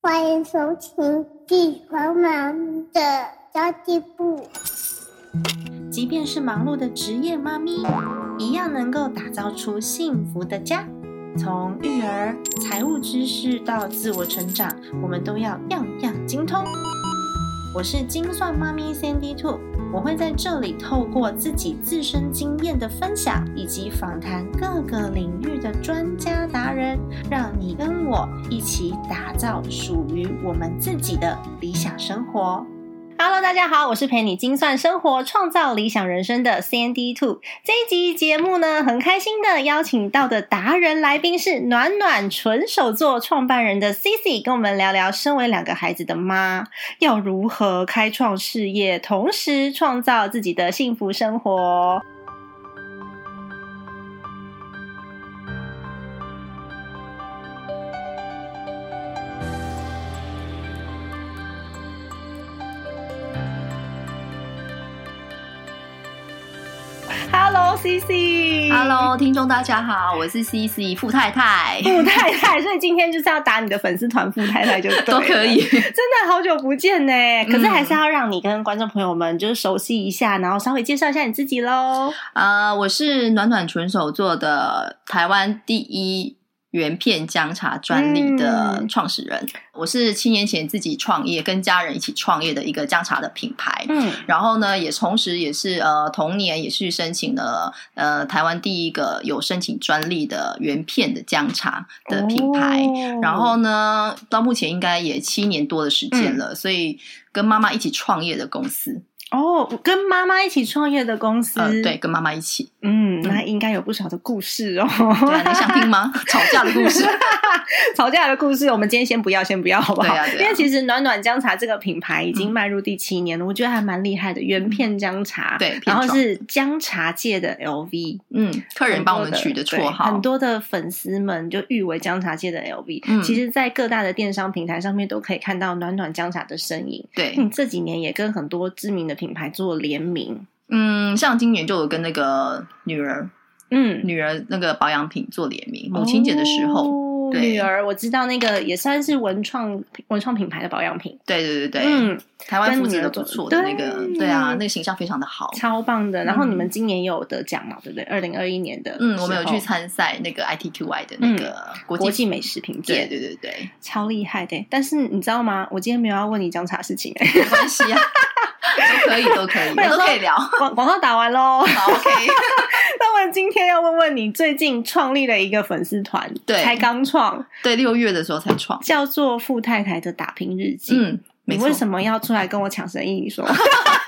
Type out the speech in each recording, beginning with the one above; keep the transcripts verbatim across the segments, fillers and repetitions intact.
欢迎收听地狂妈咪的交际部。 即便是忙碌的职业妈咪，一样能够打造出幸福的家。从育儿、财务知识到自我成长，我们都要样样精通。我是精算妈咪 Sandy Two， 我会在这里透过自己自身经验的分享，以及访谈各个领域的专家达人，让你跟我一起打造属于我们自己的理想生活。Hello， 大家好，我是陪你精算生活、创造理想人生的 Sandy Two。这一集节目呢，很开心的邀请到的达人来宾是暖暖纯手作创办人的 C C， 跟我们聊聊身为两个孩子的妈，要如何开创事业，同时创造自己的幸福生活。Hello C C，Hello 听众大家好，我是 C C 傅太太， 傅太太，所以今天就是要打你的粉丝团傅太太就对了， 都可以， 真的好久不见呢、嗯。可是还是要让你跟观众朋友们就是熟悉一下，然后稍微介绍一下你自己咯。 呃，我是暖暖纯手作的台湾第一原片姜茶专利的创始人、嗯、我是七年前自己创业跟家人一起创业的一个姜茶的品牌，嗯，然后呢也同时也是呃同年也是申请了呃台湾第一个有申请专利的原片的姜茶的品牌、哦、然后呢到目前应该也七年多的时间了、嗯、所以跟妈妈一起创业的公司哦，跟妈妈一起创业的公司、 呃、对，跟妈妈一起， 嗯，那应该有不少的故事哦。 对啊，你想听吗？吵架的故事吵架的故事我们今天先不要先不要好不好？ 对啊对啊， 因为其实暖暖姜茶这个品牌已经迈入第七年了、嗯、我觉得还蛮厉害的，原片姜茶， 对， 然后是姜茶界的 L V， 嗯，客人帮我们取的绰号， 很多的粉丝们就誉为姜茶界的 L V、嗯、其实在各大的电商平台上面都可以看到暖暖姜茶的身影。 对， 你、嗯、这几年也跟很多知名的品牌做联名， 嗯，像今年就有跟那个女儿嗯，女儿那个保养品做联名，母亲节的时候、哦、对， 女儿我知道那个也算是文创文创品牌的保养品， 对对对对，嗯，台湾肤质都不错的那个，对, 对啊，那个形象非常的好， 超棒的。然后你们今年也有得奖嘛，对不对？二零二一年的， 嗯，我们有去参赛那个 I T Q I 的那个国际,、嗯、 国际美食评鉴， 对对对对， 超厉害的。但是你知道吗？我今天没有要问你姜茶事情， 没关系啊。都可以都可以都可以聊， 广广告打完咯。 好 OK 那我今天要问问你，最近创立了一个粉丝团，对，才刚创， 对，六月的时候才创， 叫做傅太太的打拼日记。嗯，你为什么要出来跟我抢生意？你说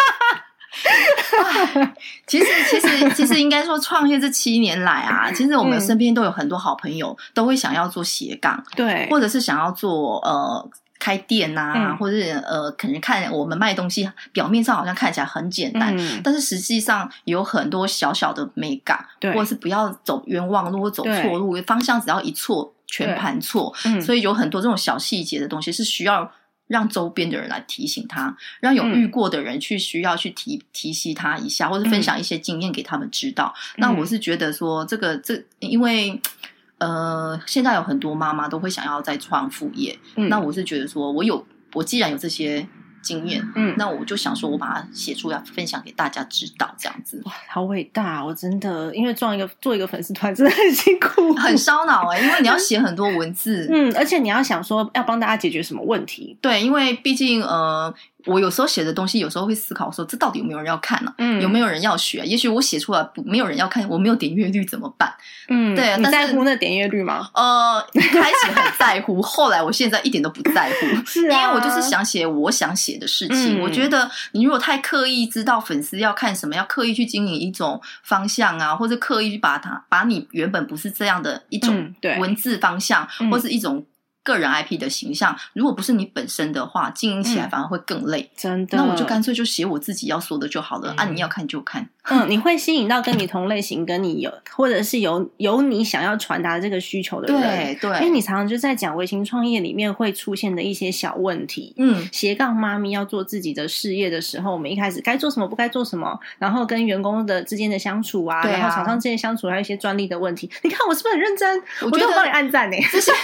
其实其实其实应该说创业这七年来啊，其实我们身边都有很多好朋友、嗯、都会想要做斜杠，对，或者是想要做呃开店啊、嗯、或者是呃，可能看我们卖东西表面上好像看起来很简单、嗯、但是实际上有很多小小的美感，对，或者是不要走冤枉路或走错路，方向只要一错全盘错、嗯、所以有很多这种小细节的东西是需要让周边的人来提醒他，让有遇过的人去需要去提提醒他一下，或者分享一些经验给他们知道、嗯、那我是觉得说这个这因为呃，现在有很多妈妈都会想要再创副业、嗯、那我是觉得说我有我既然有这些经验，嗯，那我就想说我把它写出来分享给大家知道，这样子。 哇，好伟大！我真的因为做一个做一个粉丝团真的很辛苦， 很烧脑哎、欸，因为你要写很多文字， 嗯，而且你要想说要帮大家解决什么问题， 对，因为毕竟呃。我有时候写的东西有时候会思考说这到底有没有人要看呢、啊嗯、有没有人要学、啊、也许我写出来不没有人要看，我没有点阅率怎么办？嗯，对， 你在乎那点阅率吗？ 呃，一开始很在乎后来我现在一点都不在乎是啊， 因为我就是想写我想写的事情、嗯、我觉得你如果太刻意知道粉丝要看什么，要刻意去经营一种方向啊，或者刻意去把它把你原本不是这样的一种文字方向、嗯、或是一种个人 I P 的形象，如果不是你本身的话，经营起来反而会更累、嗯、真的，那我就干脆就写我自己要说的就好了、嗯、啊，你要看就看， 嗯，你会吸引到跟你同类型跟你有或者是有有你想要传达这个需求的人， 对对， 因为你常常就在讲微型创业里面会出现的一些小问题，嗯，斜杠妈咪要做自己的事业的时候，我们一开始该做什么不该做什么，然后跟员工的之间的相处啊，对啊，然后厂商之间相处还有一些专利的问题，你看我是不是很认真？我觉得我都有帮你按赞耶， 这些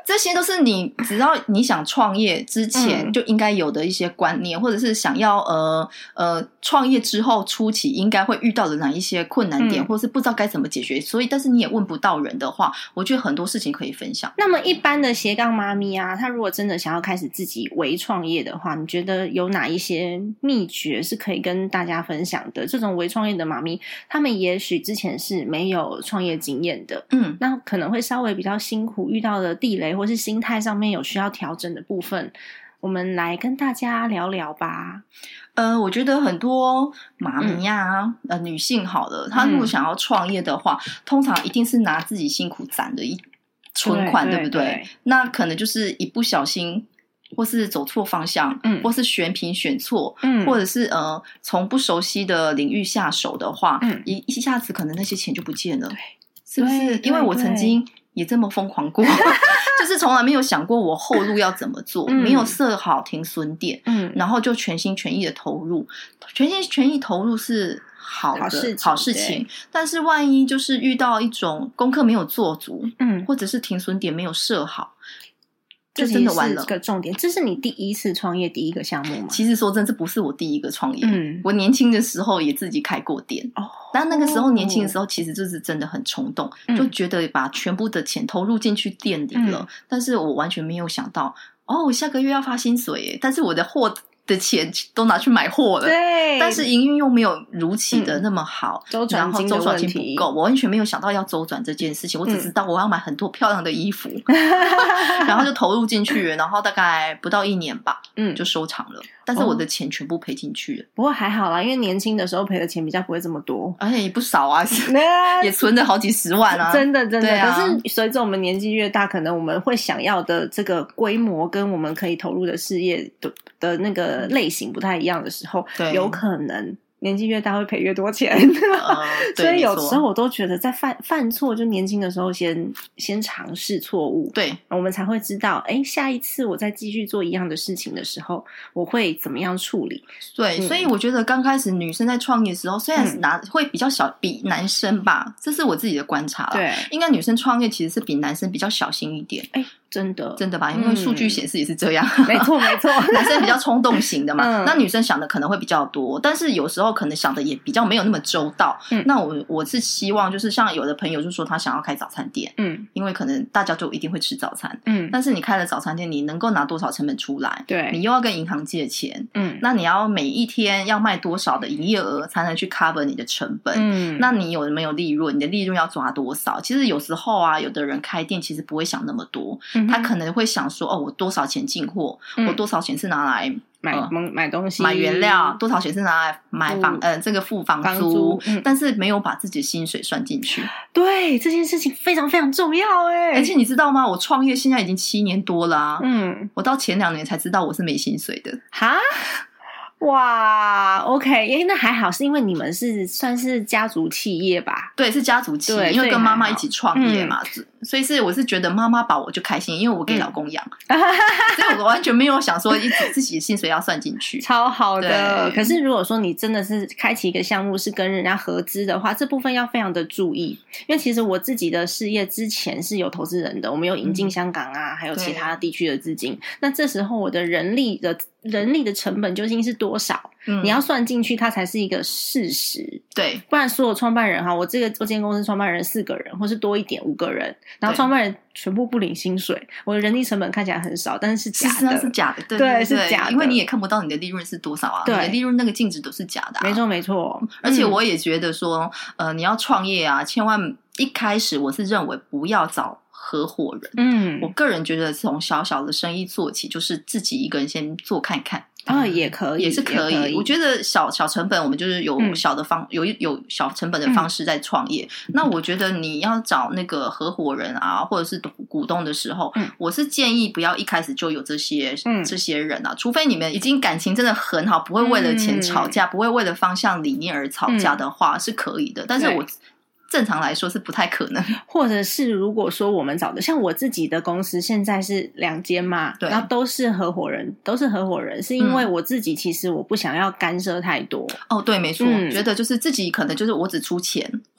这些都是你只要你想创业之前就应该有的一些观念，嗯、或者是想要呃呃创业之后初期应该会遇到的哪一些困难点，嗯、或是不知道该怎么解决，所以但是你也问不到人的话，我觉得很多事情可以分享。 那么一般的斜杠妈咪啊，她如果真的想要开始自己微创业的话，你觉得有哪一些秘诀是可以跟大家分享的？这种微创业的妈咪，他们也许之前是没有创业经验的，嗯，那可能会稍微比较辛苦，遇到的地雷或是心态上面有需要调整的部分，我们来跟大家聊聊吧。 呃，我觉得很多妈咪啊、嗯，呃，女性好了，她如果想要创业的话，嗯、通常一定是拿自己辛苦攒的一存款， 对, 对不对? 对，那可能就是一不小心，或是走错方向，嗯，或是选品选错，嗯，或者是呃从不熟悉的领域下手的话，嗯，一一下子可能那些钱就不见了，对，是不是？因为我曾经也这么疯狂过，就是从来没有想过我后路要怎么做，嗯、没有设好停损点，嗯，然后就全心全意的投入，全心全意投入是好的好事情，好事情，但是万一就是遇到一种功课没有做足，嗯，或者是停损点没有设好。就真的完了， 这是个重点。这是你第一次创业第一个项目吗？ 其实说真，这不是我第一个创业。嗯，我年轻的时候也自己开过店。哦，但那个时候年轻的时候，其实就是真的很冲动，嗯、就觉得把全部的钱投入进去店里了。嗯、但是我完全没有想到，哦，下个月要发薪水耶，但是我的货的钱都拿去买货了， 对， 但是营运又没有如期的那么好， 嗯、周转金然后周转金不够，我完全没有想到要周转这件事情，我只知道我要买很多漂亮的衣服，嗯、然后就投入进去，然后大概不到一年吧，嗯，就收场了。但是我的钱全部赔进去了，哦、 不过还好啦，因为年轻的时候赔的钱比较不会这么多， 而且也不少啊，也存了好几十万啊， 真的真的。 啊、 可是随着我们年纪越大，可能我们会想要的这个规模跟我们可以投入的事业的的那个类型不太一样的时候，对，有可能年纪越大会赔越多钱，呃、所以有时候我都觉得在犯犯错，就年轻的时候先先尝试错误， 对， 我们才会知道，哎，下一次我再继续做一样的事情的时候，我会怎么样处理？ 对，嗯、所以我觉得刚开始女生在创业的时候，虽然是拿、嗯、会比较小，比男生吧，这是我自己的观察啦，对，应该女生创业其实是比男生比较小心一点， 哎。真的真的吧，因为数据显示也是这样， 嗯、没错没错， 男生比较冲动型的嘛，嗯、那女生想的可能会比较多，但是有时候可能想的也比较没有那么周到。嗯、那我我是希望就是像有的朋友就说他想要开早餐店，嗯，因为可能大家就一定会吃早餐，嗯，但是你开了早餐店，你能够拿多少成本出来？对，你又要跟银行借钱，嗯，那你要每一天要卖多少的营业额才能去 cover 你的成本？嗯，那你有没有利润？你的利润要抓多少？其实有时候啊，有的人开店其实不会想那么多。嗯、他可能会想说，哦，我多少钱进货，嗯、我多少钱是拿来买、呃、买东西、 买原料，多少钱是拿来买房，呃，这个付房租，房租嗯、但是没有把自己的薪水算进去。 对，这件事情非常非常重要哎。 而且你知道吗？我创业现在已经七年多了、啊，嗯，我到前两年才知道我是没薪水的。 哈？哇 ，OK， 诶，那还好，是因为你们是算是家族企业吧？ 对，是家族企业，因为跟妈妈一起创业嘛，嗯、所以是我是觉得妈妈保我就开心，因为我给老公养，嗯、所以我完全没有想说一直自己的薪水要算进去， 超好的。可是如果说你真的是开启一个项目是跟人家合资的话，这部分要非常的注意，因为其实我自己的事业之前是有投资人的，我们有引进香港啊，嗯、还有其他地区的资金，那这时候我的人力的。人力的成本究竟是多少？嗯、你要算进去，它才是一个事实。 对， 不然所有创办人哈，我这个这间公司创办人四个人，或是多一点五个人，然后创办人全部不领薪水，我的人力成本看起来很少，但是是假的， 是是假的，对对, 对, 对是假的， 因为你也看不到你的利润是多少啊，对，你的利润那个净值都是假的、啊， 没错没错。 而且我也觉得说，嗯、呃，你要创业啊，千万一开始我是认为不要找合伙人，嗯，我个人觉得从小小的生意做起，就是自己一个人先做看看。 啊，也可以， 也是可以。可以我觉得小小成本，我们就是有小的方，嗯、有有小成本的方式在创业。嗯、那我觉得你要找那个合伙人啊，或者是股东的时候，嗯、我是建议不要一开始就有这些、嗯、这些人啊，除非你们已经感情真的很好，不会为了钱吵架，嗯、不会为了方向理念而吵架的话，嗯、是可以的。但是我。正常来说是不太可能， 或者是如果说我们找的，像我自己的公司现在是两间嘛，对，然后都是合伙人，都是合伙人，是因为我自己其实我不想要干涉太多。 哦，对，没错，嗯、觉得就是自己可能就是我只出钱，或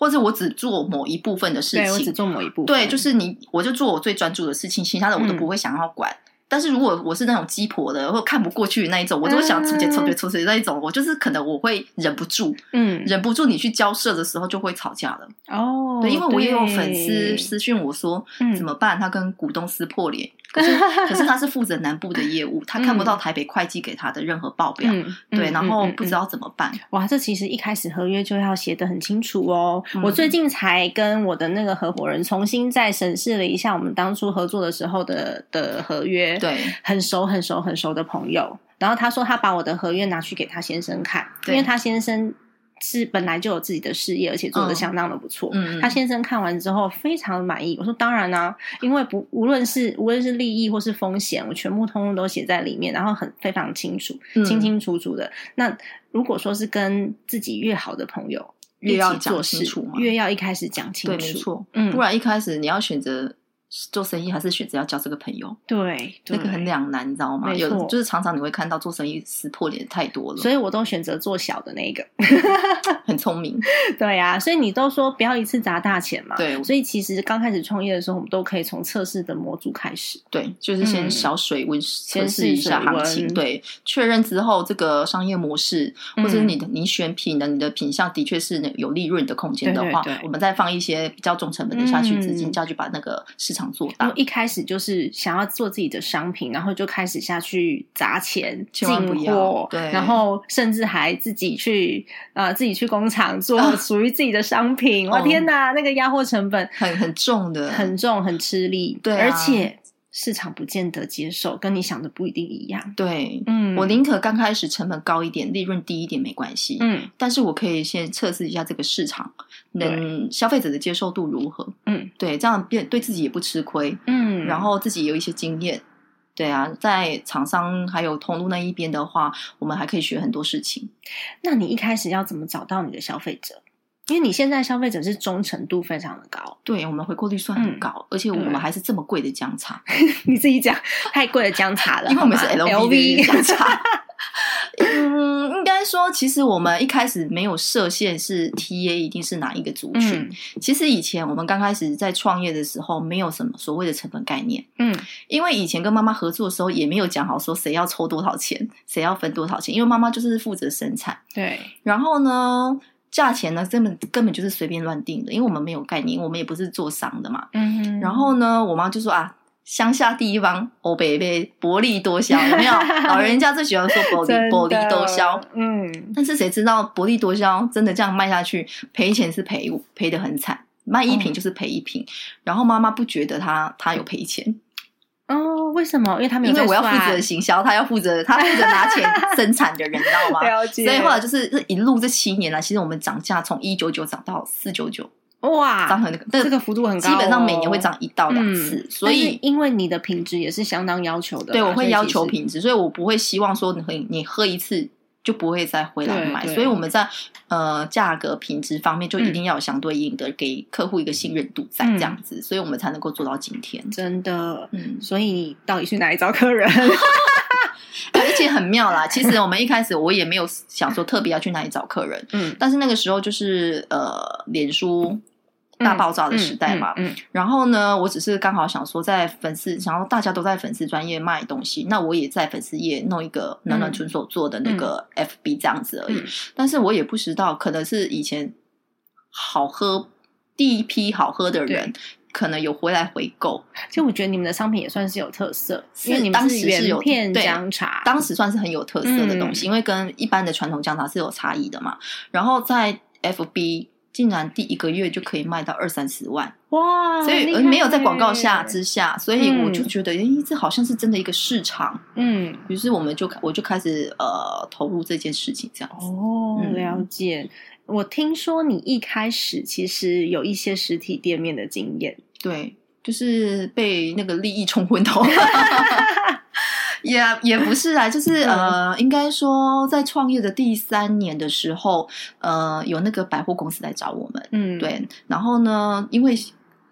或者我只做某一部分的事情， 对，我只做某一部分， 对，就是你我就做我最专注的事情，其他的我都不会想要管。嗯，但是如果我是那种鸡婆的或看不过去的那一种，我就会想出节抽对抽水那一种，我就是可能我会忍不住，嗯，忍不住你去交涉的时候就会吵架了。哦，对，因为我也有粉丝私讯我说、嗯、怎么办，他跟股东撕破脸，可是可是他是负责南部的业务，他看不到台北会计给他的任何报表，嗯、对，然后不知道怎么办、嗯嗯嗯。 哇，这其实一开始合约就要写得很清楚哦、嗯。我最近才跟我的那个合伙人重新再审视了一下我们当初合作的时候的的合约， 对， 很熟很熟很熟的朋友。然后他说他把我的合约拿去给他先生看，因为他先生是本来就有自己的事业，而且做得相当的不错、嗯、他先生看完之后非常的满意。我说当然啊，因为不无论是无论是利益或是风险，我全部通通都写在里面，然后很非常清楚、嗯、清清楚楚的。那如果说是跟自己越好的朋友越要讲清楚嘛， 越要一开始讲清楚， 对，没错、嗯、不然一开始你要选择做生意还是选择要交这个朋友， 对， 那个很两难，你知道吗？有就是常常你会看到做生意撕破脸太多了， 所以我都选择做小的那个很聪明。 对啊，所以你都说不要一次砸大钱嘛， 对， 所以其实刚开始创业的时候我们都可以从测试的模组开始， 对，就是先小水温测试一下行情、嗯、对，确认之后这个商业模式或者你的、嗯、你选品的你的品项的确是有利润的空间的话，对对对，我们再放一些比较中成本的下去资金、嗯、再去把那个市场做大。 一开始就是想要做自己的商品，然后就开始下去砸钱进货， 对， 然后甚至还自己去呃自己去工厂做属于自己的商品、啊、哇天哪，那个压货成本很很重的， 很重，很吃力，对、啊，而且市场不见得接受，跟你想的不一定一样。 对，嗯，我宁可刚开始成本高一点，利润低一点没关系，嗯，但是我可以先测试一下这个市场，能消费者的接受度如何，嗯，对，这样变对自己也不吃亏，嗯，然后自己有一些经验，对啊，在厂商还有通路那一边的话，我们还可以学很多事情。 那你一开始要怎么找到你的消费者？因为你现在消费者是忠诚度非常的高， 对，我们回购率算很高、嗯、而且我们还是这么贵的姜茶你自己讲太贵的姜茶了因为我们是 L V 的姜茶嗯，应该说其实我们一开始没有设限是 T A 一定是哪一个族群、嗯、其实以前我们刚开始在创业的时候没有什么所谓的成本概念，嗯，因为以前跟妈妈合作的时候也没有讲好说谁要抽多少钱谁要分多少钱，因为妈妈就是负责生产， 对， 然后呢价钱呢根本根本就是随便乱定的，因为我们没有概念，我们也不是做商的嘛。嗯哼。然后呢，我妈就说啊，乡下地方欧北北薄利多销，有没有？老人家最喜欢说薄利薄利多销。嗯。但是谁知道薄利多销真的这样卖下去，赔钱是赔赔得很惨，卖一瓶就是赔一瓶。嗯、然后妈妈不觉得她她有赔钱。 哦，为什么？因为他没有在算， 因为我要负责行销，他要负责，他负责拿钱生产的人，你知道吗？ 了解。 所以后来就是一路这七年来，其实我们涨价从一九九涨到四九九， 哇， 涨很这个幅度很高、哦， 基本上每年会涨一到两次、嗯。所以因为你的品质也是相当要求的， 对，我会要求品质，所以我不会希望说你你喝一次就不会再回来买，所以我们在呃价格品质方面就一定要有相对应的、嗯、给客户一个信任度在这样子、嗯、所以我们才能够做到今天。 真的，嗯，所以你到底去哪里找客人而且很妙啦，其实我们一开始我也没有想说特别要去哪里找客人，嗯，但是那个时候就是呃脸书大爆炸的时代嘛、嗯嗯嗯嗯、然后呢我只是刚好想说在粉丝想要大家都在粉丝专页卖东西，那我也在粉丝页弄一个暖暖纯手做的那个 F B 这样子而已、嗯、但是我也不知道可能是以前好喝第一批好喝的人可能有回来回购， 其实我觉得你们的商品也算是有特色，因为你们是原片姜茶， 当时算是很有特色的东西、嗯、因为跟一般的传统姜茶是有差异的嘛。然后在 F B竟然第一个月就可以卖到二三十万， 哇！ 所以没有在广告下之下，所以我就觉得，诶、嗯，这好像是真的一个市场，嗯。于是我们就我就开始呃投入这件事情，这样子。 哦，了解。我听说你一开始其实有一些实体店面的经验， 对，就是被那个利益冲昏头。也也不是啊，就是呃，应该说在创业的第三年的时候，呃，有那个百货公司来找我们，嗯，对，然后呢，因为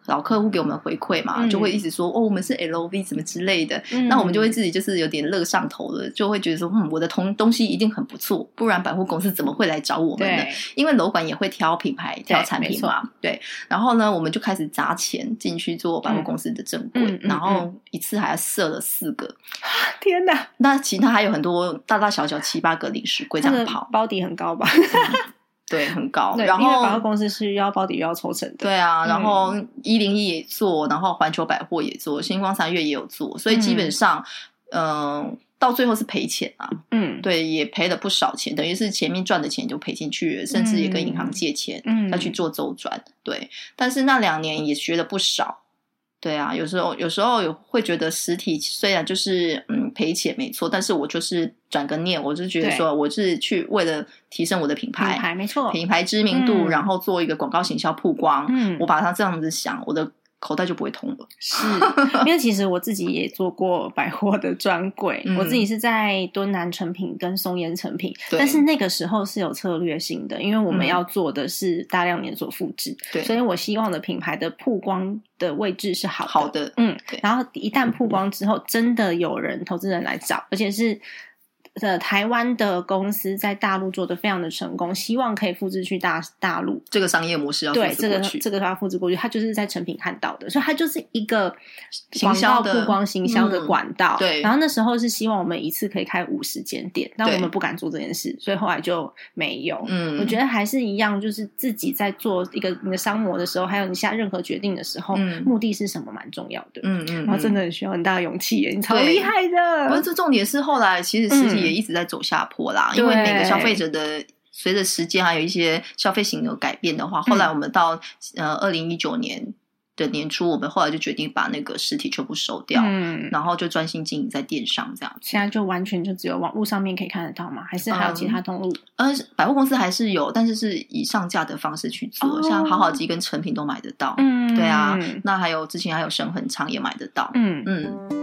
老客户给我们回馈嘛、嗯、就会一直说哦我们是 L V 什么之类的、嗯、那我们就会自己就是有点乐上头了，就会觉得说嗯我的同东西一定很不错，不然百货公司怎么会来找我们呢？因为楼管也会挑品牌挑产品嘛， 对, 对，然后呢我们就开始砸钱进去做百货公司的正柜、嗯、然后一次还设了四个、 嗯、天哪， 那其他还有很多大大小小七八个零食柜这样跑， 包底很高吧、 嗯对，很高。然后因为百货公司是要包底又要抽成的。 对啊，然后一零一也做，然后环球百货也做，星光三月也有做，所以基本上，嗯、呃，到最后是赔钱啊。嗯，对，也赔了不少钱，等于是前面赚的钱就赔进去了，甚至也跟银行借钱，嗯，要去做周转。对，但是那两年也学了不少。对啊，有时候有时候有会觉得实体虽然就是嗯赔钱没错，但是我就是转个念，我就觉得说我是去为了提升我的品牌， 品牌没错， 品牌知名度、嗯，然后做一个广告行销曝光，嗯，我把它这样子想，我的口袋就不会痛了。 是，因为其实我自己也做过百货的专柜、嗯、我自己是在敦南成品跟松烟成品，但是那个时候是有策略性的，因为我们要做的是大量连锁复制、嗯、所以我希望的品牌的曝光的位置是好的好的， 嗯，然后一旦曝光之后真的有人投资人来找，而且是呃，台湾的公司在大陆做的非常的成功，希望可以复制去大大陆， 这个商业模式要复制过去， 对，这个这个要复制过去，它就是在成品看到的，所以它就是一个广告曝光行销的管道、嗯。对，然后那时候是希望我们一次可以开五十间店，但我们不敢做这件事，所以后来就没有。嗯，我觉得还是一样，就是自己在做一个你的商模的时候，还有你下任何决定的时候，嗯、目的是什么蛮重要的。嗯嗯，然后真的很需要很大的勇气耶，你超厉害的。 不是，这重点是后来其实实体、嗯。也一直在走下坡啦，因为每个消费者的随着时间还有一些消费行为改变的话，后来我们到、嗯、呃二零一九年的年初，我们后来就决定把那个实体全部收掉，嗯，然后就专心经营在电商这样子。 现在就完全就只有网络上面可以看得到吗？还是还有其他通路？ 嗯、呃，百货公司还是有，但是是以上架的方式去做，哦、像好好集跟成品都买得到，嗯，对啊，那还有之前还有深恒昌也买得到，嗯嗯。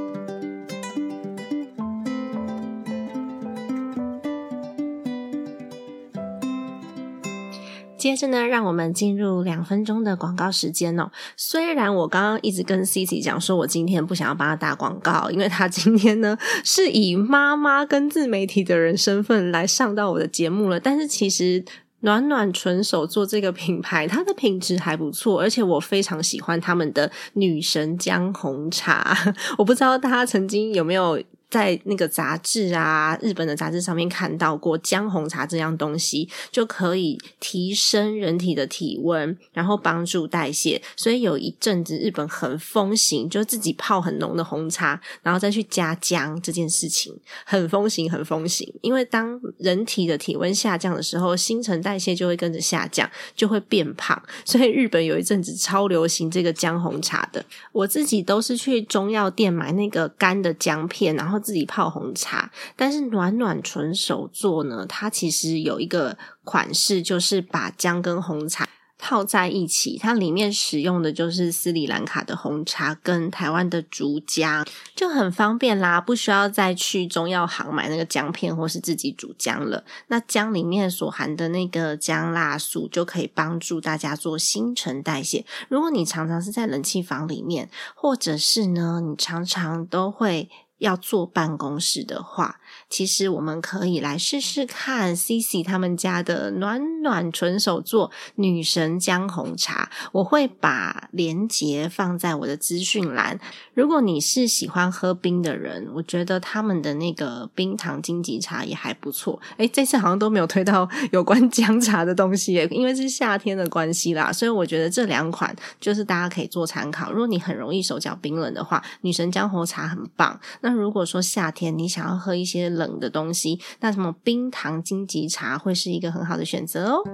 接着呢，让我们进入两分钟的广告时间哦。虽然我刚刚一直跟 Cici 讲说我今天不想要帮他打广告，因为他今天呢是以妈妈跟自媒体的人身份来上到我的节目了，但是其实暖暖纯手做这个品牌，它的品质还不错，而且我非常喜欢他们的女神姜红茶。我不知道大家曾经有没有在那个杂志啊，日本的杂志上面看到过姜红茶这样东西，就可以提升人体的体温，然后帮助代谢。所以有一阵子日本很风行，就自己泡很浓的红茶，然后再去加姜这件事情，很风行很风行。因为当人体的体温下降的时候，新陈代谢就会跟着下降，就会变胖。所以日本有一阵子超流行这个姜红茶的。我自己都是去中药店买那个干的姜片，然后自己泡红茶。但是暖暖纯手做呢，它其实有一个款式，就是把姜跟红茶套在一起，它里面使用的就是斯里兰卡的红茶跟台湾的竹姜，就很方便啦，不需要再去中药行买那个姜片或是自己煮姜了。那姜里面所含的那个姜辣素就可以帮助大家做新陈代谢。如果你常常是在冷气房里面，或者是呢你常常都会要坐办公室的话，其实我们可以来试试看 Cici 他们家的暖暖纯手做女神姜红茶，我会把连结放在我的资讯栏。如果你是喜欢喝冰的人，我觉得他们的那个冰糖金桔茶也还不错。诶，这次好像都没有推到有关姜茶的东西耶，因为是夏天的关系啦，所以我觉得这两款就是大家可以做参考。如果你很容易手脚冰冷的话，女神姜红茶很棒。那如果说夏天你想要喝一些冷的东西，那什么冰糖金桔茶会是一个很好的选择哦。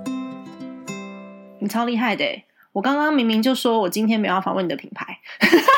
你超厉害的耶，我刚刚明明就说我今天没有要访问你的品牌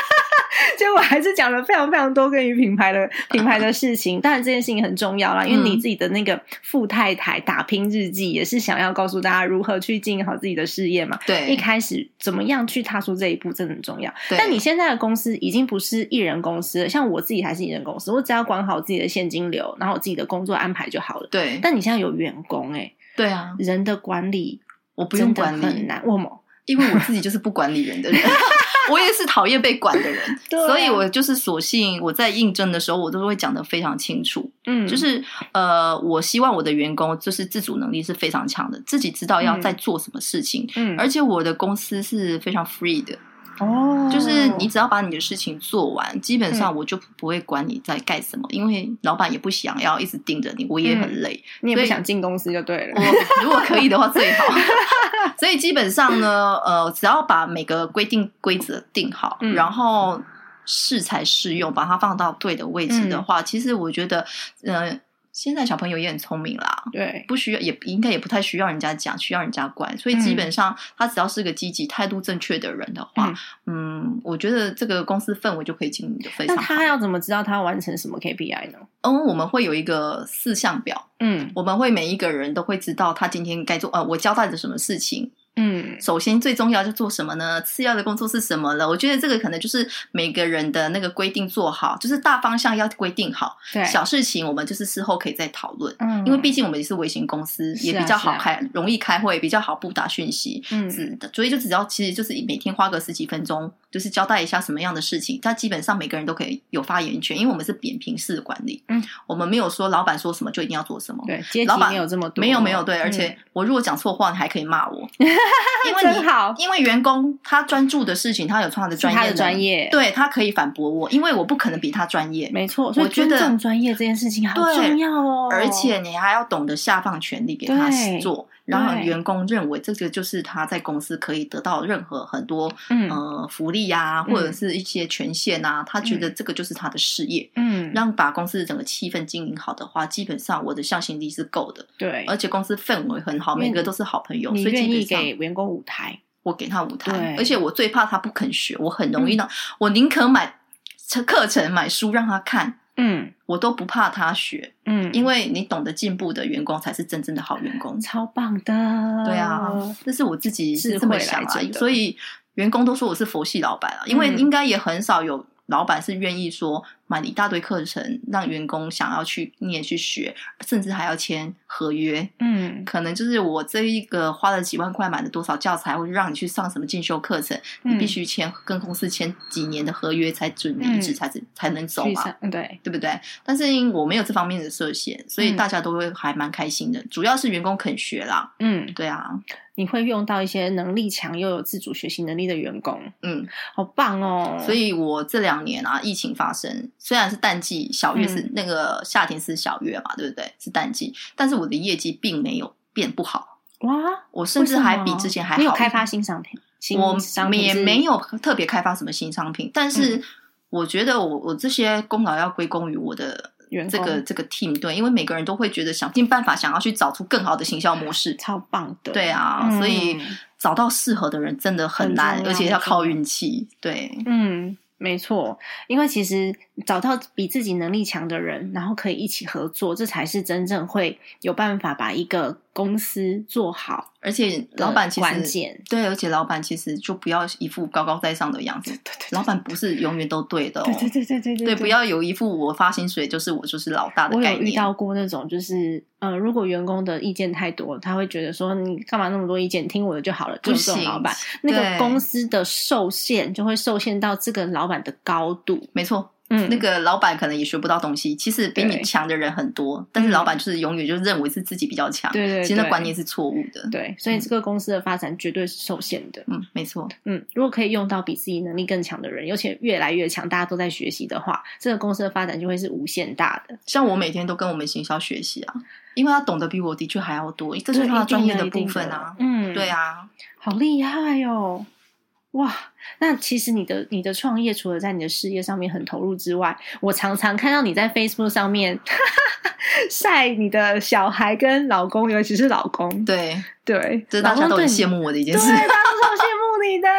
结果还是讲了非常非常多关于品牌的品牌的事情。当然这件事情很重要啦，因为你自己的那个富太太打拼日记也是想要告诉大家如何去经营好自己的事业嘛。 对， 一开始怎么样去踏出这一步真的很重要。但你现在的公司已经不是艺人公司了，像我自己还是艺人公司，我只要管好自己的现金流，然后我自己的工作安排就好了。 对， 但你现在有员工欸， 对啊， 人的管理我不用管理很难。为什么？ 因为我自己就是不管理人的人我也是讨厌被管的人、啊、所以我就是索性我在应征的时候我都会讲得非常清楚，嗯，就是呃，我希望我的员工就是自主能力是非常强的，自己知道要在做什么事情，嗯，而且我的公司是非常 free 的哦，就是你只要把你的事情做完，基本上我就不会管你在干什么、嗯、因为老板也不想要一直盯着你，我也很累、嗯、 你也不想进公司就对了， 我如果可以的话最好所以基本上呢呃，只要把每个规定规则定好、嗯、然后适才适用，把它放到对的位置的话、嗯、其实我觉得呃现在小朋友也很聪明啦， 对， 不需要也应该也不太需要人家讲，需要人家管，所以基本上他只要是个积极态度正确的人的话， 嗯, 嗯，我觉得这个公司氛围就可以经营的非常好。 那他要怎么知道他要完成什么 K P I 呢？ 嗯，我们会有一个四项表，嗯，我们会每一个人都会知道他今天该做呃，我交代的什么事情。嗯，首先最重要就做什么呢？次要的工作是什么了？我觉得这个可能就是每个人的那个规定做好，就是大方向要规定好，对，小事情我们就是事后可以再讨论。嗯，因为毕竟我们也是微型公司，也比较好开，啊啊、容易开会，比较好布达讯息。嗯，所以就只要其实就是每天花个十几分钟，就是交代一下什么样的事情，但基本上每个人都可以有发言权，因为我们是扁平式的管理。嗯，我们没有说老板说什么就一定要做什么， 对，阶级没有这么多， 没有没有对，而且我如果讲错话，你还可以骂我。因为真好， 因为员工他专注的事情，他有他的专业， 他的专业， 对，他可做驳我，因为我不可能比他专业， 没错。所以尊重专业这件事情好重要哦， 而且你还要懂得下放权力给他做，然后员工认为这个就是他在公司可以得到任何很多、嗯、呃福利啊，或者是一些权限啊、嗯，他觉得这个就是他的事业，嗯，让把公司的整个气氛经营好的话，基本上我的向心力是够的，对，而且公司氛围很好，每个都是好朋友， 你所以愿意给员工舞台， 我给他舞台，而且我最怕他不肯学，我很容易让、嗯、我宁可买课程买书让他看，嗯，我都不怕他学，嗯，因为你懂得进步的员工才是真正的好员工， 超棒的， 对啊，这是我自己是这么想啊，所以员工都说我是佛系老板啊，因为应该也很少有老板是愿意说买了一大堆课程让员工想要去念去学，甚至还要签合约，嗯，可能就是我这一个花了几万块买了多少教材，或者让你去上什么进修课程、嗯、你必须签跟公司签几年的合约才准离职、嗯、才, 才能走嘛， 对对不对？但是我没有这方面的设限，所以大家都会还蛮开心的、嗯、主要是员工肯学啦，嗯，对啊， 你会用到一些能力强又有自主学习能力的员工，嗯，好棒哦。 所以我这两年啊疫情发生，虽然是淡季，小月是、嗯、那个夏天是小月嘛，对不对？是淡季，但是我的业绩并没有变不好，哇，我甚至还比之前还好。 你有开发新商品？ 我也没有特别开发什么新商品，但是我觉得我我这些功劳要归功于我的这个这个 team， 对，因为每个人都会觉得想尽办法想要去找出更好的行销模式， 超棒的， 对啊、嗯、所以找到适合的人真的很难，而且要靠运气，对， 嗯，没错，因为其实找到比自己能力强的人，然后可以一起合作，这才是真正会有办法把一个公司做好， 而且老板其实关键， 对，而且老板其实就不要一副高高在上的样子，对对对对，老板不是永远都对的哦， 对对对对对 对, 对，不要有一副我发薪水就是我就是老大的概念。 我有遇到过那种就是呃，如果员工的意见太多，他会觉得说你干嘛那么多意见，听我的就好了，就这种老板，那个公司的受限就会受限到这个老板的高度， 没错。嗯，那个老板可能也学不到东西，其实比你强的人很多，但是老板就是永远就认为是自己比较强，对对对，其实那观念是错误的， 对，所以这个公司的发展绝对是受限的， 嗯，没错， 嗯，如果可以用到比自己能力更强的人，而且越来越强，大家都在学习的话，这个公司的发展就会是无限大的。 像我每天都跟我们行销学习啊，因为他懂得比我的确还要多，这是他专业的部分啊，嗯，对啊， 好厉害哦。哇，那其实你的你的创业除了在你的事业上面很投入之外，我常常看到你在 Facebook 上面晒你的小孩跟老公，尤其是老公， 对对， 这是大家都很羡慕我的一件事， 对，大家都很羡慕你的，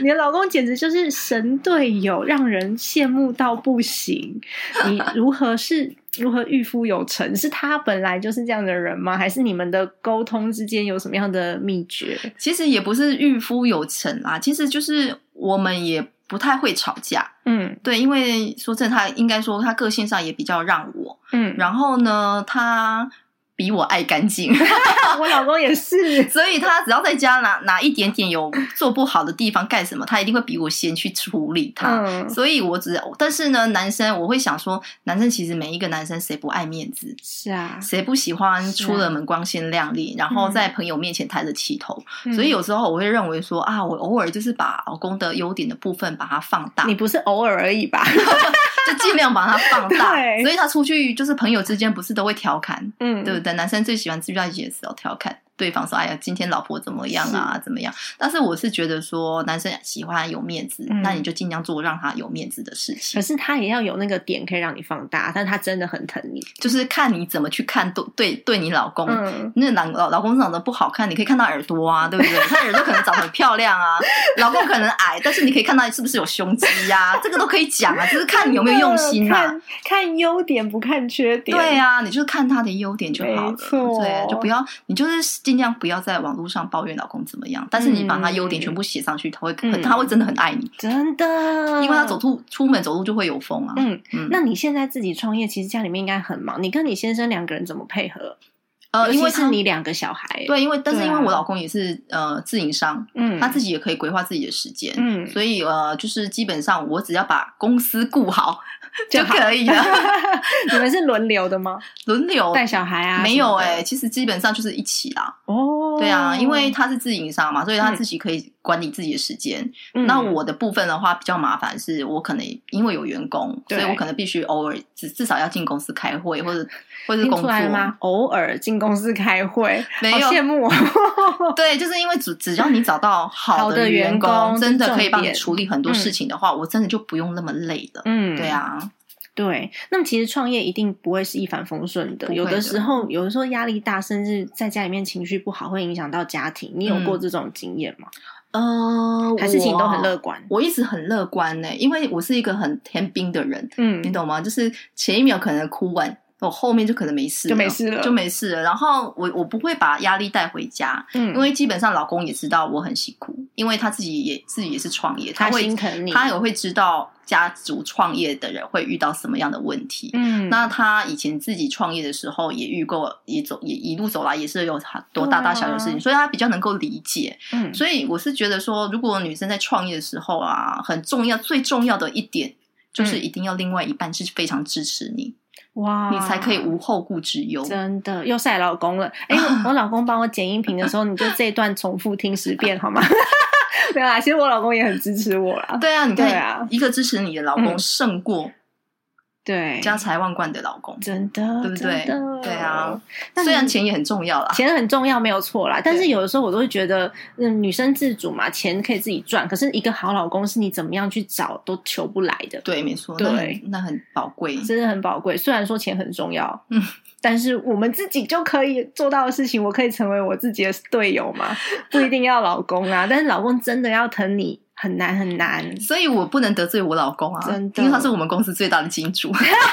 你的老公简直就是神队友，让人羡慕到不行。你如何是如何御夫有成？是他本来就是这样的人吗？还是你们的沟通之间有什么样的秘诀？ 其实也不是御夫有成啦，其实就是我们也不太会吵架。嗯，对，因为说真的，他应该说他个性上也比较让我。嗯，然后呢，他比我爱干净。 我老公也是， 所以他只要在家哪哪一点点有做不好的地方干什么，他一定会比我先去处理它。嗯，所以我只但是呢，男生我会想说，男生其实每一个男生谁不爱面子？ 是啊， 谁不喜欢出了门光鲜亮丽，然后在朋友面前抬着气头？嗯，所以有时候我会认为说啊，我偶尔就是把老公的优点的部分把它放大。 你不是偶尔而已吧？ 就尽量把它放大。所以他出去就是朋友之间不是都会调侃，嗯，对不对？男生最喜欢自在解释调侃对方说，哎呀，今天老婆怎么样啊，怎么样？但是我是觉得说，男生喜欢有面子，嗯，那你就尽量做让他有面子的事情。 可是他也要有那个点可以让你放大，但他真的很疼你， 就是看你怎么去看对对对你老公。嗯，那老老公长得不好看，你可以看到耳朵啊，对不对？他耳朵可能长得很漂亮啊，老公可能矮，但是你可以看到是不是有胸肌啊，这个都可以讲啊，就是看你有没有用心啊。 看看优点不看缺点。 对啊，你就是看他的优点就好了。对，就不要你就是尽量不要在网络上抱怨老公怎么样，但是你把他优点全部写上去，他会、嗯、他会真的很爱你， 真的， 因为他走出出门走路就会有风啊。 嗯嗯，那你现在自己创业，其实家里面应该很忙，你跟你先生两个人怎么配合？呃，因为是你两个小孩， 对，因为但是因为我老公也是、啊、呃自营商，嗯，他自己也可以规划自己的时间，嗯，所以呃，就是基本上我只要把公司顾好就可以了。 你们是轮流的吗？ 轮流带小孩啊？ 没有哎、欸，其实基本上就是一起啦。哦，对啊，因为他是自营商嘛，所以他自己可以管理自己的时间。嗯、那我的部分的话比较麻烦，是我可能因为有员工，所以我可能必须偶尔至至少要进公司开会，或者或者是工作。听出来吗？ 偶尔进公司开会， 没有， 好羡慕哦。 对，就是因为只只要你找到好的员工， 好的员工真的可以帮你处理很多事情的话，嗯、我真的就不用那么累了。嗯，对啊。 对，那么其实创业一定不会是一帆风顺的，有的时候，有的时候压力大，甚至在家里面情绪不好，会影响到家庭。你有过这种经验吗？嗯、呃，还是你都很乐观？ 我一直很乐观呢、欸，因为我是一个很天兵的人，嗯，你懂吗？就是前一秒可能哭完。我后面就可能没事了， 就没事了， 就没事了。然后我我不会把压力带回家，嗯，因为基本上老公也知道我很辛苦，因为他自己也自己也是创业，他会心疼你， 他也会知道家族创业的人会遇到什么样的问题。嗯，那他以前自己创业的时候也遇过，也走也一路走来也是有很多大大小小的事情，啊、所以他比较能够理解。嗯，所以我是觉得说，如果女生在创业的时候啊，很重要最重要的一点就是一定要另外一半是非常支持你。哇，你才可以无后顾之忧。 真的又晒老公了。哎、欸，我老公帮我剪音频的时候，你就这一段重复听十遍好吗？对啊，其实我老公也很支持我啦。 对啊，你看，啊、一个支持你的老公胜过对家财万贯的老公， 真的， 对不对？对啊，虽然钱也很重要啦， 钱很重要没有错啦，但是有的时候我都会觉得，嗯，女生自主嘛，钱可以自己赚，可是一个好老公是你怎么样去找都求不来的。 对，没错， 对， 那很宝贵， 真的很宝贵。虽然说钱很重要，嗯，但是我们自己就可以做到的事情，我可以成为我自己的队友嘛，不一定要老公啊，但是老公真的要疼你。很难很难， 所以我不能得罪我老公啊， 真的， 因为他是我们公司最大的金主。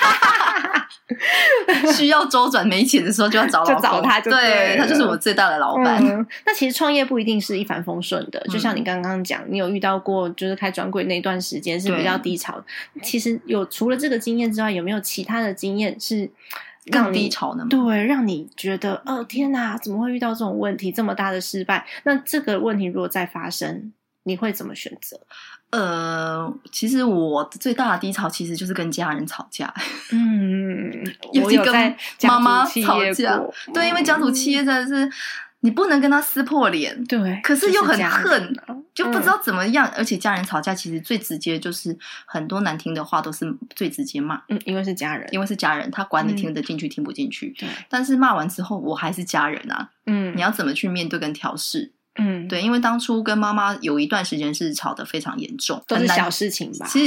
需要周转没钱的时候就要找老公， 就找他就对， 对，他就是我最大的老板。 嗯、那其实创业不一定是一帆风顺的，就像你刚刚讲，你有遇到过就是开专柜那段时间是比较低潮的。其实有除了这个经验之外，有没有其他的经验是更低潮的吗？ 对，让你觉得哦天哪，怎么会遇到这种问题，这么大的失败？那这个问题如果再发生，你会怎么选择？ 呃，其实我最大的低潮其实就是跟家人吵架。嗯， 我有在妈妈吵架，对，因为家族企业真的是你不能跟他撕破脸， 对， 可是又很恨，就不知道怎么样。嗯、而且家人吵架其实最直接就是很多难听的话都是最直接骂， 嗯，因为是家人， 因为是家人，他管你听得进去、嗯、听不进去。对，但是骂完之后，我还是家人啊，嗯，你要怎么去面对跟调试？嗯，对，因为当初跟妈妈有一段时间是吵得非常严重， 都是小事情吧。 其实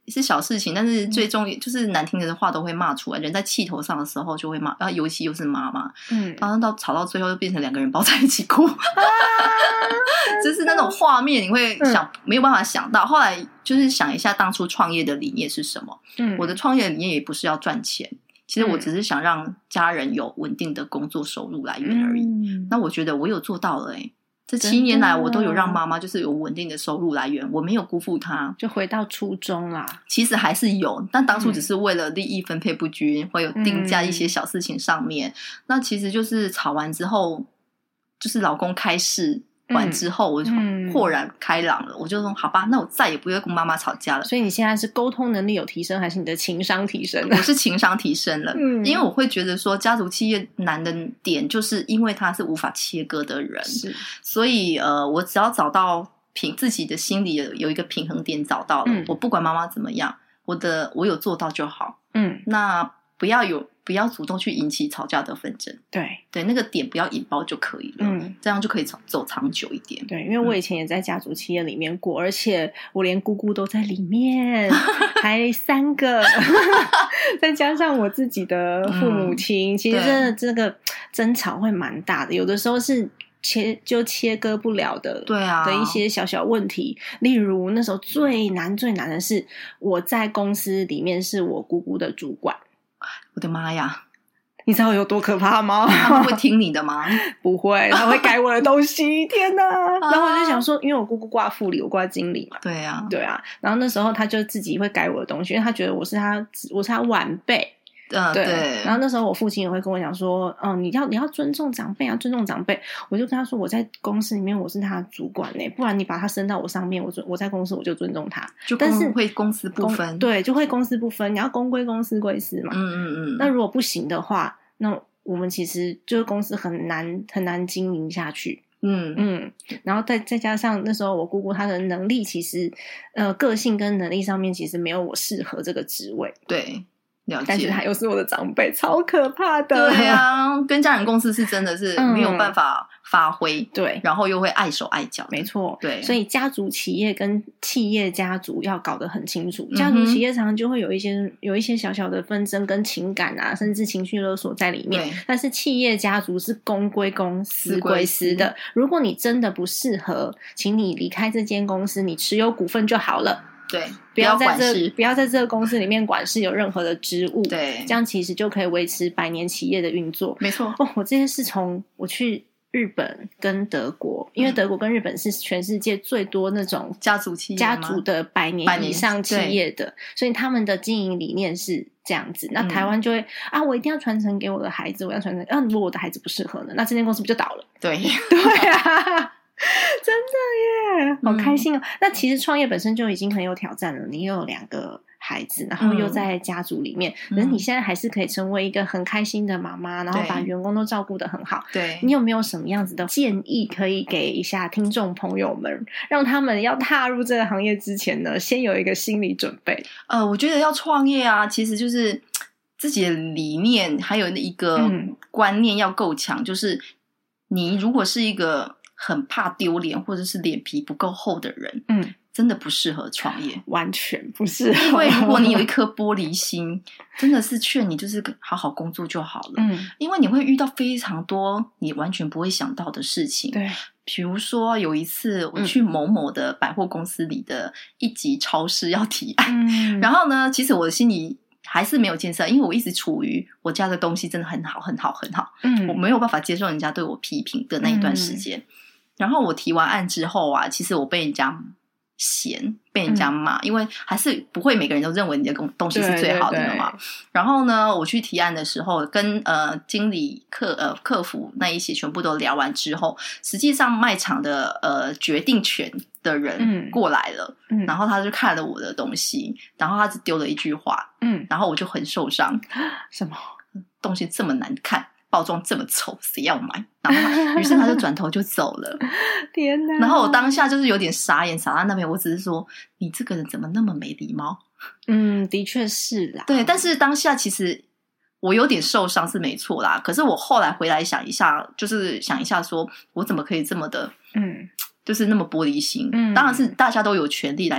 是小事情，但是最重要就是难听的话都会骂出来。人在气头上的时候就会骂，然后尤其又是妈妈，嗯，然后到吵到最后就变成两个人抱在一起哭，啊、就是那种画面你会想、嗯、没有办法想到。后来就是想一下当初创业的理念是什么。嗯，我的创业的理念也不是要赚钱，其实我只是想让家人有稳定的工作收入来源而已。嗯、那我觉得我有做到了哎、欸。这七年来我都有让妈妈就是有稳定的收入来源，我没有辜负她， 就回到初衷啦。 其实还是有，但当初只是为了利益分配不均、嗯、会有定价一些小事情上面、嗯、那其实就是吵完之后就是老公开示完之后、嗯、我就豁然开朗了、嗯、我就说好吧，那我再也不会跟妈妈吵架了。 所以你现在是沟通能力有提升还是你的情商提升了？ 我是情商提升了、嗯、因为我会觉得说家族企业难的点就是因为他是无法切割的人，是所以呃，我只要找到平自己的心里有一个平衡点找到了、嗯、我不管妈妈怎么样，我的我有做到就好。嗯，那不要有不要主动去引起吵架的纷争，对对，那个点不要引爆就可以了，嗯，这样就可以走走长久一点。 对，因为我以前也在家族企业里面过、嗯、而且我连姑姑都在里面还三个再加上我自己的父母亲、嗯、其实真的这个争吵会蛮大的，有的时候是切就切割不了的，对啊的一些小小问题。例如那时候最难最难的是我在公司里面是我姑姑的主管。 我的妈呀， 你知道有多可怕吗？ 他们会听你的吗？ 不会，他会改我的东西天哪然后我就想说，因为我姑姑挂副理我挂经理嘛， 对啊对啊，然后那时候他就自己会改我的东西，因为他觉得我是他我是他晚辈。 嗯，对, 对。 然后那时候我父亲也会跟我讲说，哦，你要你要尊重长辈啊，尊重长辈。我就跟他说，我在公司里面我是他的主管呢，不然你把他升到我上面，我我在公司我就尊重他。 就但是会公私不分， 对，就会公私不分。你要公归公，私归私嘛。嗯嗯嗯。那如果不行的话，那我们其实就是公司很难很难经营下去。嗯嗯，然后再再加上那时候我姑姑她的能力，其实呃个性跟能力上面其实没有我适合这个职位。 对。 但是他又是我的长辈，超可怕的。 对啊，跟家人共事是真的是没有办法发挥、嗯、对，然后又会碍手碍脚， 没错，对。所以家族企业跟企业家族要搞得很清楚，家族企业常常就会有一些有一些小小的纷争跟情感啊，甚至情绪勒索在里面。但是企业家族是公归公，私归私的。如果你真的不适合，请你离开这间公司，你持有股份就好了。 对， 不要在这不要在这个公司里面管事有任何的职务，对，这样其实就可以维持百年企业的运作。没错，哦，我这些是从我去日本跟德国，因为德国跟日本是全世界最多那种家族企业家族的百年以上企业的，所以他们的经营理念是这样子。那台湾就会、嗯、啊，我一定要传承给我的孩子，我要传承。啊，如果我的孩子不适合呢，那这间公司不就倒了？对，对啊。真的耶，好开心哦、嗯、那其实创业本身就已经很有挑战了，你又有两个孩子，然后又在家族里面、嗯、可是你现在还是可以成为一个很开心的妈妈，然后把员工都照顾得很好。对，你有没有什么样子的建议可以给一下听众朋友们，让他们要踏入这个行业之前呢，先有一个心理准备？ 呃，我觉得要创业啊，其实就是自己的理念还有一个观念要够强、嗯、就是你如果是一个很怕丢脸或者是脸皮不够厚的人，嗯，真的不适合创业， 完全不适合。 因为如果你有一颗玻璃心，真的是劝你就是好好工作就好了。嗯，因为你会遇到非常多你完全不会想到的事情。对，比如说有一次我去某某的百货公司里的一级超市要提案，嗯、然后呢，其实我的心里还是没有建设，因为我一直处于我家的东西真的很好很好很好，嗯，我没有办法接受人家对我批评的那一段时间。嗯，然后我提完案之后啊，其实我被人家嫌，被人家骂、嗯、因为还是不会每个人都认为你的东西是最好的嘛。然后呢，我去提案的时候跟呃经理客呃客服那一些全部都聊完之后，实际上卖场的呃决定权的人过来了、嗯嗯、然后他就看了我的东西，然后他只丢了一句话，嗯，然后我就很受伤。 什么东西这么难看，包装这么丑，谁要买？然后他于是他就转头就走了。 天哪！ 然后我当下就是有点傻眼，傻在那边。我只是说，你这个人怎么那么没礼貌？ 嗯，的确是啦。 对，但是当下其实我有点受伤是没错啦。可是我后来回来想一下，就是想一下说，我怎么可以这么的，嗯，就是那么玻璃心？嗯，当然是大家都有权利来挑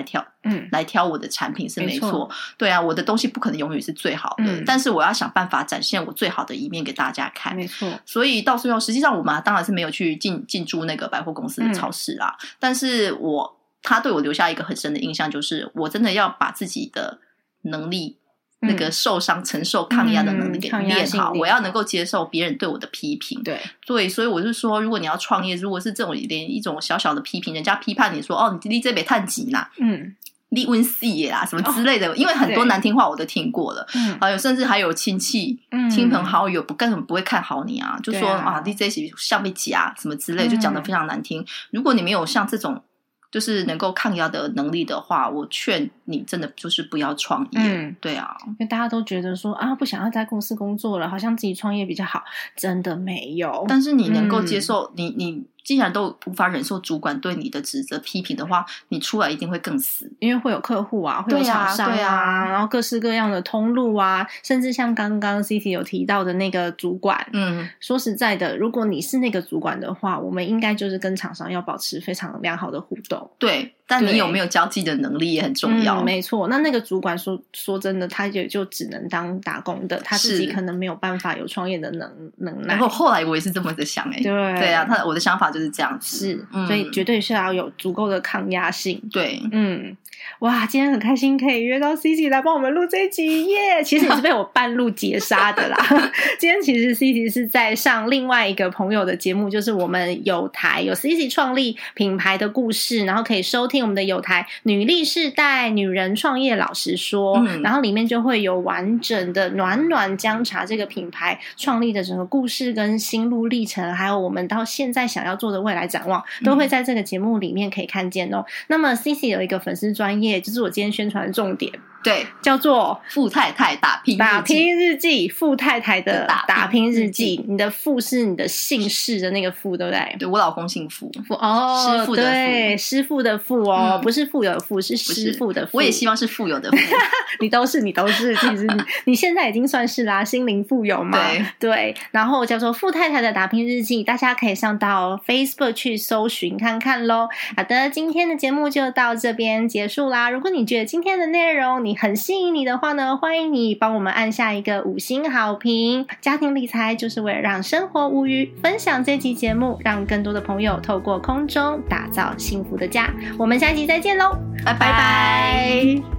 嗯来挑我的产品是没错。对啊，我的东西不可能永远是最好的，嗯、但是我要想办法展现我最好的一面给大家看。 没错。 所以到最后，实际上我们当然是没有去进进驻那个百货公司的超市啦，嗯、但是我他对我留下一个很深的印象，就是我真的要把自己的能力。那个受伤承受抗压的能力给练好，嗯、我要能够接受别人对我的批评。对对，所以我就说，如果你要创业，如果是这种连一种小小的批评，人家批判你说哦，你这杯碳级啦，嗯，你温系啦什么之类的，哦、因为很多难听话我都听过了，嗯，还有甚至还有亲戚、嗯、亲朋好友不根本不会看好你啊，就说啊，你这些像被夹什么之类，就讲得非常难听。嗯、如果你没有像这种。就是能够抗压的能力的话，我劝你真的就是不要创业。嗯，对啊， 因为大家都觉得说啊，不想要在公司工作了，好像自己创业比较好，真的没有。 但是你能够接受，嗯、你你既然都无法忍受主管对你的指责批评的话，你出来一定会更死， 因为会有客户啊，会有厂商 啊, 对啊，然后各式各样的通路啊，甚至像刚刚 Cici 有提到的那个主管，嗯，说实在的，如果你是那个主管的话，我们应该就是跟厂商要保持非常良好的互动。 对，但你有没有交际的能力也很重要。 嗯、没错，那那个主管说说真的，他也就只能当打工的，他自己可能没有办法有创业的能能耐。 然后后来我也是这么的想、欸，哎，对对啊，他我的想法就是这样子， 是，嗯、所以绝对是要有足够的抗压性。 对， 嗯，哇，今天很开心可以约到 Cici 来帮我们录这一集耶！ Yeah! 其实你是被我半路截杀的啦。今天其实 Cici 是在上另外一个朋友的节目，就是我们有台有 Cici 创立品牌的故事，然后可以收听我们的有台女力世代女人创业老实说、嗯、然后里面就会有完整的暖暖姜茶这个品牌创立的整个故事跟心路历程，还有我们到现在想要做的未来展望，都会在这个节目里面可以看见哦。嗯、那么 Cici 有一个粉丝专页，就是我今天宣传的重点， 对， 叫做富太太打拼日记， 打拼日记，富太太的打拼日记。你的富是你的姓氏的那个富，对不对？ 对，我老公姓傅， 傅哦， 师傅的傅， 对，师傅的傅哦、嗯，不是富有的富，是师傅的富。 我也希望是富有的富， 你都是，你都是，其实你你现在已经算是啦，心灵富有嘛。对对，然后叫做富太太的打拼日记，大家可以上到 Facebook 去搜寻看看咯。好的，今天的节目就到这边结束啦。如果你觉得今天的内容你很吸引你的话呢，欢迎你帮我们按下一个五星好评。家庭理财就是为了让生活无虞，分享这期节目，让更多的朋友透过空中打造幸福的家。我们下期再见咯， 拜拜。 拜拜。